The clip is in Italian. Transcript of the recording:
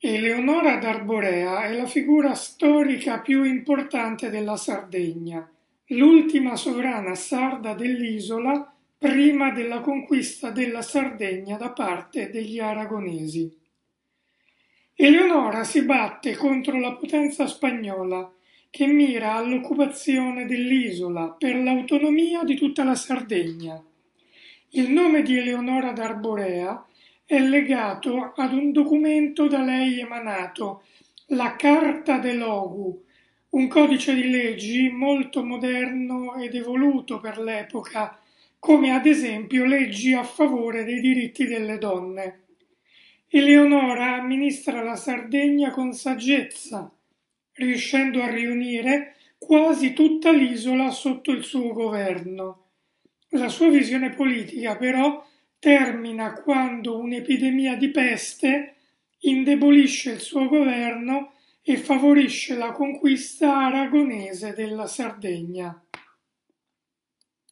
Eleonora d'Arborea è la figura storica più importante della Sardegna, l'ultima sovrana sarda dell'isola prima della conquista della Sardegna da parte degli aragonesi. Eleonora si batte contro la potenza spagnola che mira all'occupazione dell'isola per l'autonomia di tutta la Sardegna. Il nome di Eleonora d'Arborea è legato ad un documento da lei emanato, la Carta dell'Ogu, un codice di leggi molto moderno ed evoluto per l'epoca, come ad esempio leggi a favore dei diritti delle donne. Eleonora amministra la Sardegna con saggezza, riuscendo a riunire quasi tutta l'isola sotto il suo governo. La sua visione politica, però, termina quando un'epidemia di peste indebolisce il suo governo e favorisce la conquista aragonese della Sardegna.